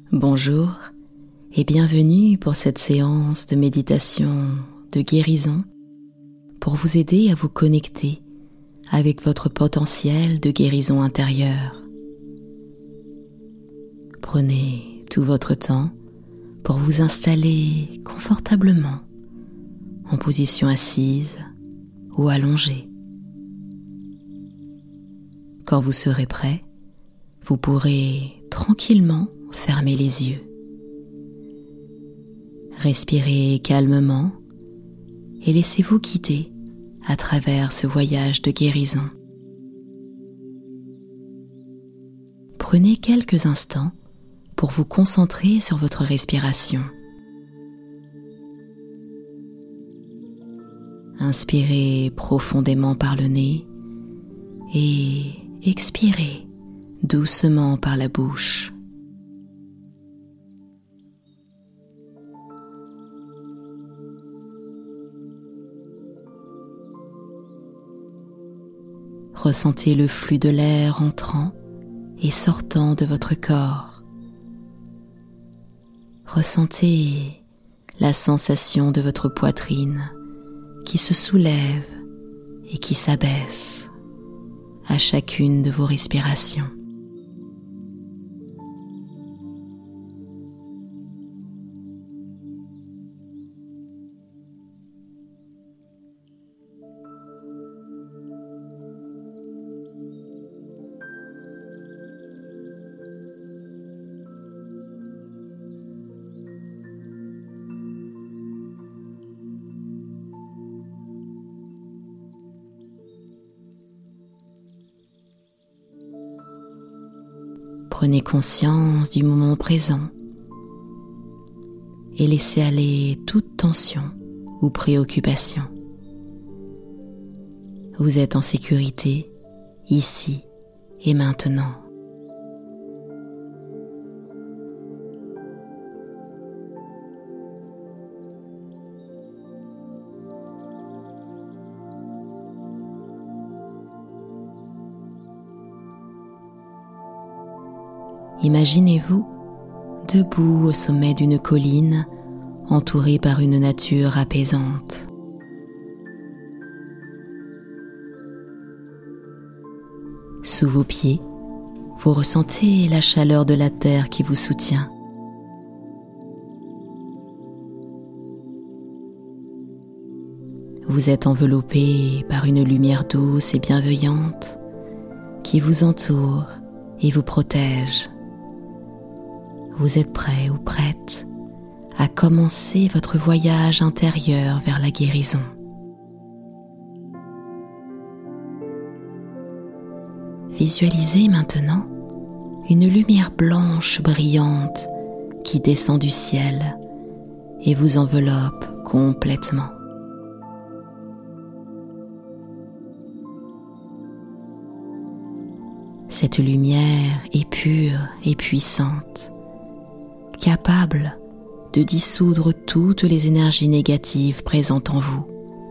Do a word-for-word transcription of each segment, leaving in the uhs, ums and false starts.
Bonjour et bienvenue pour cette séance de méditation de guérison pour vous aider à vous connecter avec votre potentiel de guérison intérieure. Prenez tout votre temps pour vous installer confortablement en position assise ou allongée. Quand vous serez prêt, vous pourrez tranquillement fermer les yeux. Respirez calmement et laissez-vous guider à travers ce voyage de guérison. Prenez quelques instants pour vous concentrer sur votre respiration. Inspirez profondément par le nez et expirez doucement par la bouche. Ressentez le flux de l'air entrant et sortant de votre corps. Ressentez la sensation de votre poitrine qui se soulève et qui s'abaisse à chacune de vos respirations. Prenez conscience du moment présent et laissez aller toute tension ou préoccupation. Vous êtes en sécurité, ici et maintenant. Imaginez-vous debout au sommet d'une colline entouré par une nature apaisante. Sous vos pieds, vous ressentez la chaleur de la terre qui vous soutient. Vous êtes enveloppé par une lumière douce et bienveillante qui vous entoure et vous protège. Vous êtes prêt ou prête à commencer votre voyage intérieur vers la guérison. Visualisez maintenant une lumière blanche brillante qui descend du ciel et vous enveloppe complètement. Cette lumière est pure et puissante, capable de dissoudre toutes les énergies négatives présentes en vous.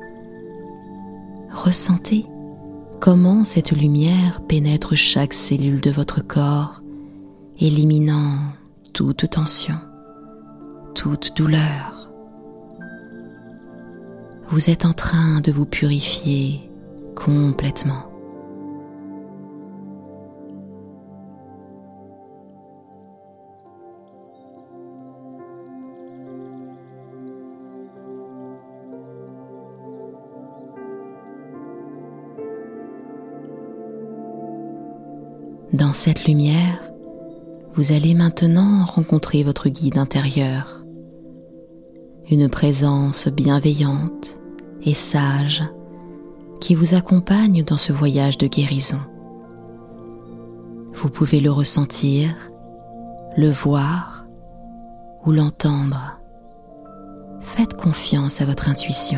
Ressentez comment cette lumière pénètre chaque cellule de votre corps, éliminant toute tension, toute douleur. Vous êtes en train de vous purifier complètement. Dans cette lumière, vous allez maintenant rencontrer votre guide intérieur, une présence bienveillante et sage qui vous accompagne dans ce voyage de guérison. Vous pouvez le ressentir, le voir ou l'entendre. Faites confiance à votre intuition.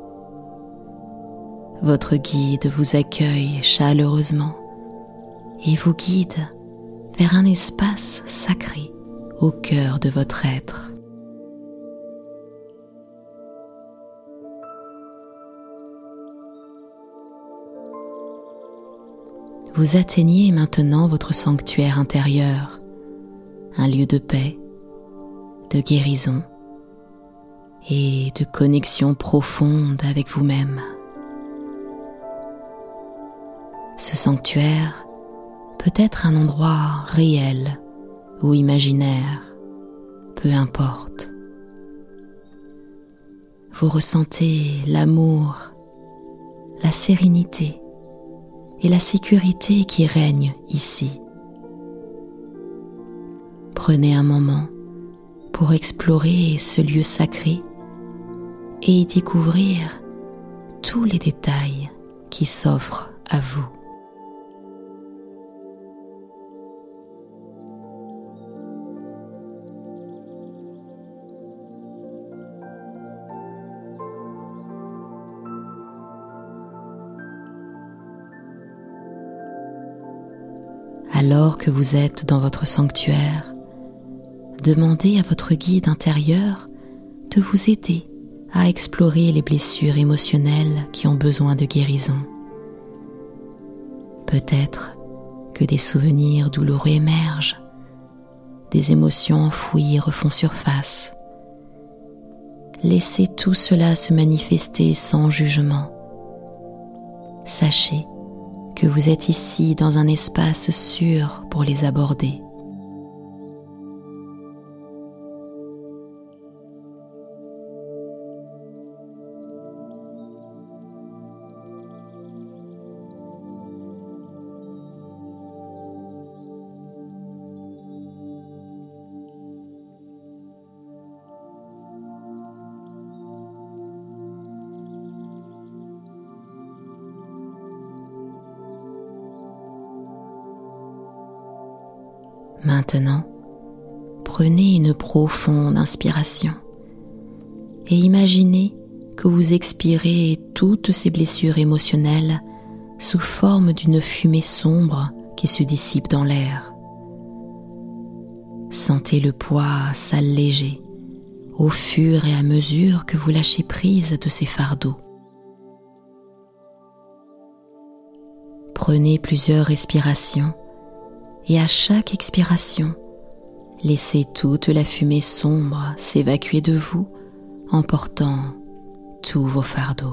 Votre guide vous accueille chaleureusement et vous guide vers un espace sacré au cœur de votre être. Vous atteignez maintenant votre sanctuaire intérieur, un lieu de paix, de guérison et de connexion profonde avec vous-même. Ce sanctuaire peut être un endroit réel ou imaginaire, peu importe. Vous ressentez l'amour, la sérénité et la sécurité qui règnent ici. Prenez un moment pour explorer ce lieu sacré et y découvrir tous les détails qui s'offrent à vous. Alors que vous êtes dans votre sanctuaire, demandez à votre guide intérieur de vous aider à explorer les blessures émotionnelles qui ont besoin de guérison. Peut-être que des souvenirs douloureux émergent, des émotions enfouies refont surface. Laissez tout cela se manifester sans jugement. Sachez que vous êtes ici dans un espace sûr pour les aborder. Maintenant, prenez une profonde inspiration et imaginez que vous expirez toutes ces blessures émotionnelles sous forme d'une fumée sombre qui se dissipe dans l'air. Sentez le poids s'alléger au fur et à mesure que vous lâchez prise de ces fardeaux. Prenez plusieurs respirations et à chaque expiration, laissez toute la fumée sombre s'évacuer de vous, emportant tous vos fardeaux.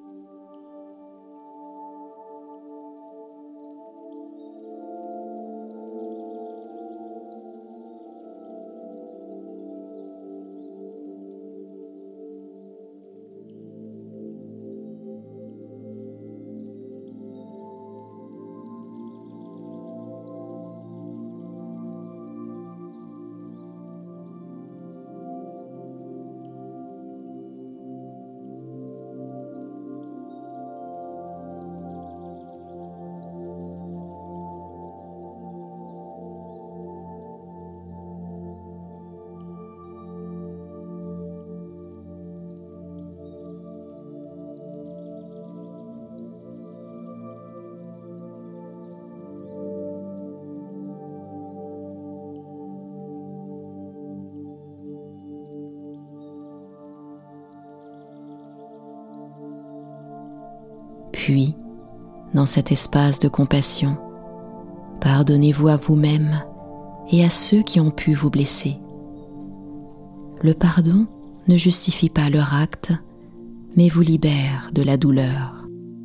Puis, dans cet espace de compassion, pardonnez-vous à vous-même et à ceux qui ont pu vous blesser. Le pardon ne justifie pas leur acte, mais vous libère de la douleur.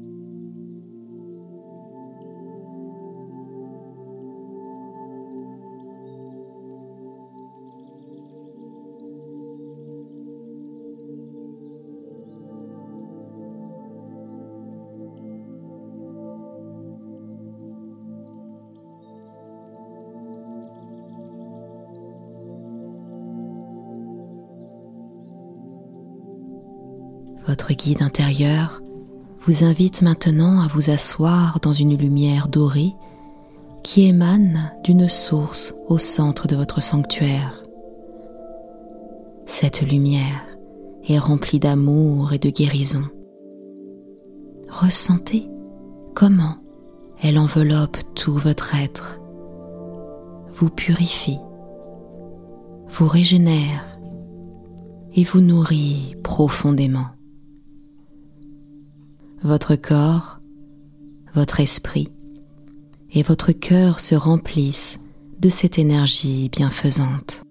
Votre guide intérieur vous invite maintenant à vous asseoir dans une lumière dorée qui émane d'une source au centre de votre sanctuaire. Cette lumière est remplie d'amour et de guérison. Ressentez comment elle enveloppe tout votre être, vous purifie, vous régénère et vous nourrit profondément. Votre corps, votre esprit et votre cœur se remplissent de cette énergie bienfaisante.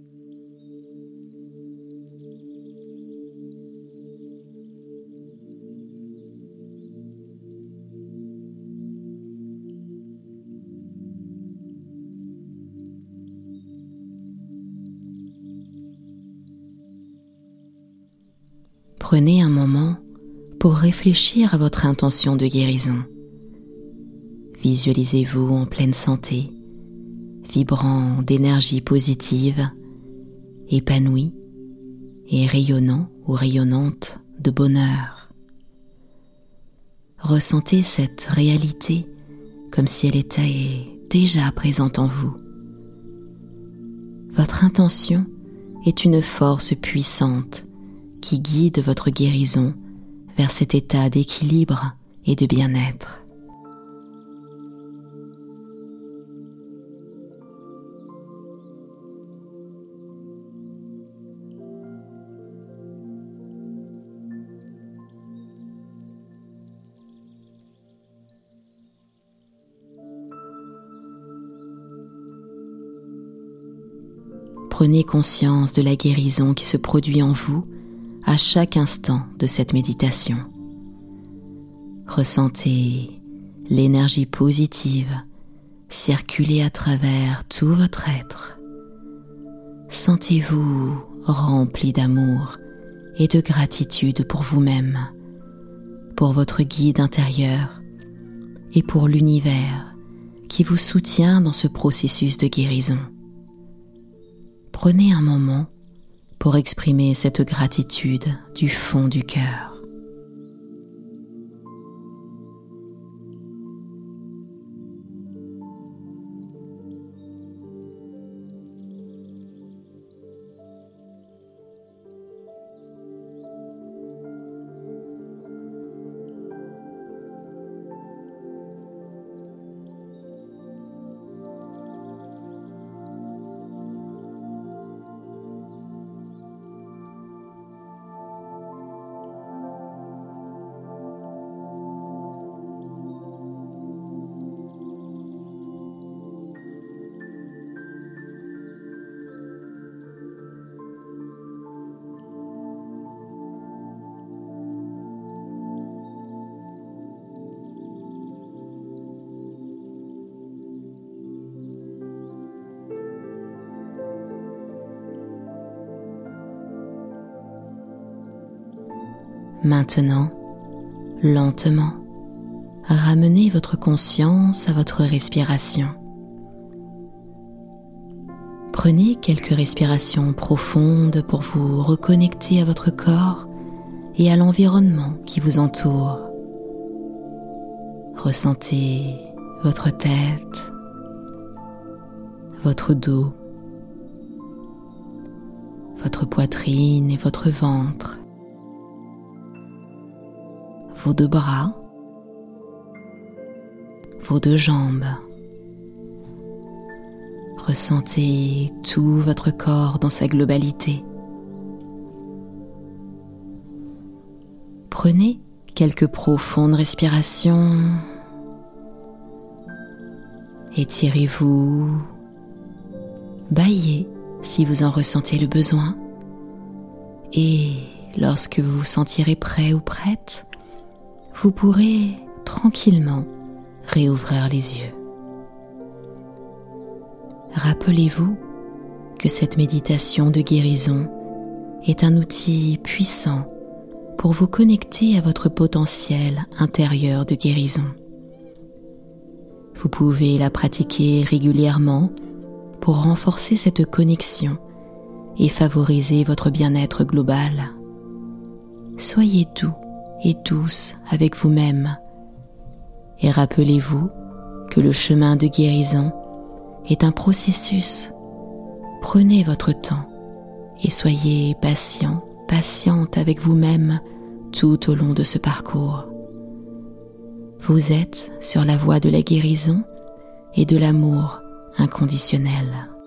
Prenez un moment pour réfléchir à votre intention de guérison. Visualisez-vous en pleine santé, vibrant d'énergie positive, épanoui et rayonnant ou rayonnante de bonheur. Ressentez cette réalité comme si elle était déjà présente en vous. Votre intention est une force puissante qui guide votre guérison vers cet état d'équilibre et de bien-être. Prenez conscience de la guérison qui se produit en vous à chaque instant de cette méditation. Ressentez l'énergie positive circuler à travers tout votre être. Sentez-vous rempli d'amour et de gratitude pour vous-même, pour votre guide intérieur et pour l'univers qui vous soutient dans ce processus de guérison. Prenez un moment pour exprimer cette gratitude du fond du cœur. Maintenant, lentement, ramenez votre conscience à votre respiration. Prenez quelques respirations profondes pour vous reconnecter à votre corps et à l'environnement qui vous entoure. Ressentez votre tête, votre dos, votre poitrine et votre ventre, vos deux bras, vos deux jambes. Ressentez tout votre corps dans sa globalité. Prenez quelques profondes respirations. Étirez-vous, bâillez si vous en ressentez le besoin. Et lorsque vous vous sentirez prêt ou prête, vous pourrez tranquillement réouvrir les yeux. Rappelez-vous que cette méditation de guérison est un outil puissant pour vous connecter à votre potentiel intérieur de guérison. Vous pouvez la pratiquer régulièrement pour renforcer cette connexion et favoriser votre bien-être global. Soyez doux et douce avec vous-même et rappelez-vous que le chemin de guérison est un processus. Prenez votre temps et soyez patient, patiente avec vous-même tout au long de ce parcours. Vous êtes sur la voie de la guérison et de l'amour inconditionnel.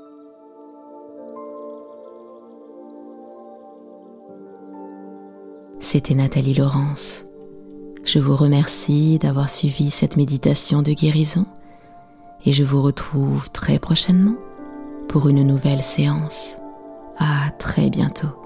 C'était Nathalie Laurence. Je vous remercie d'avoir suivi cette méditation de guérison et je vous retrouve très prochainement pour une nouvelle séance. À très bientôt.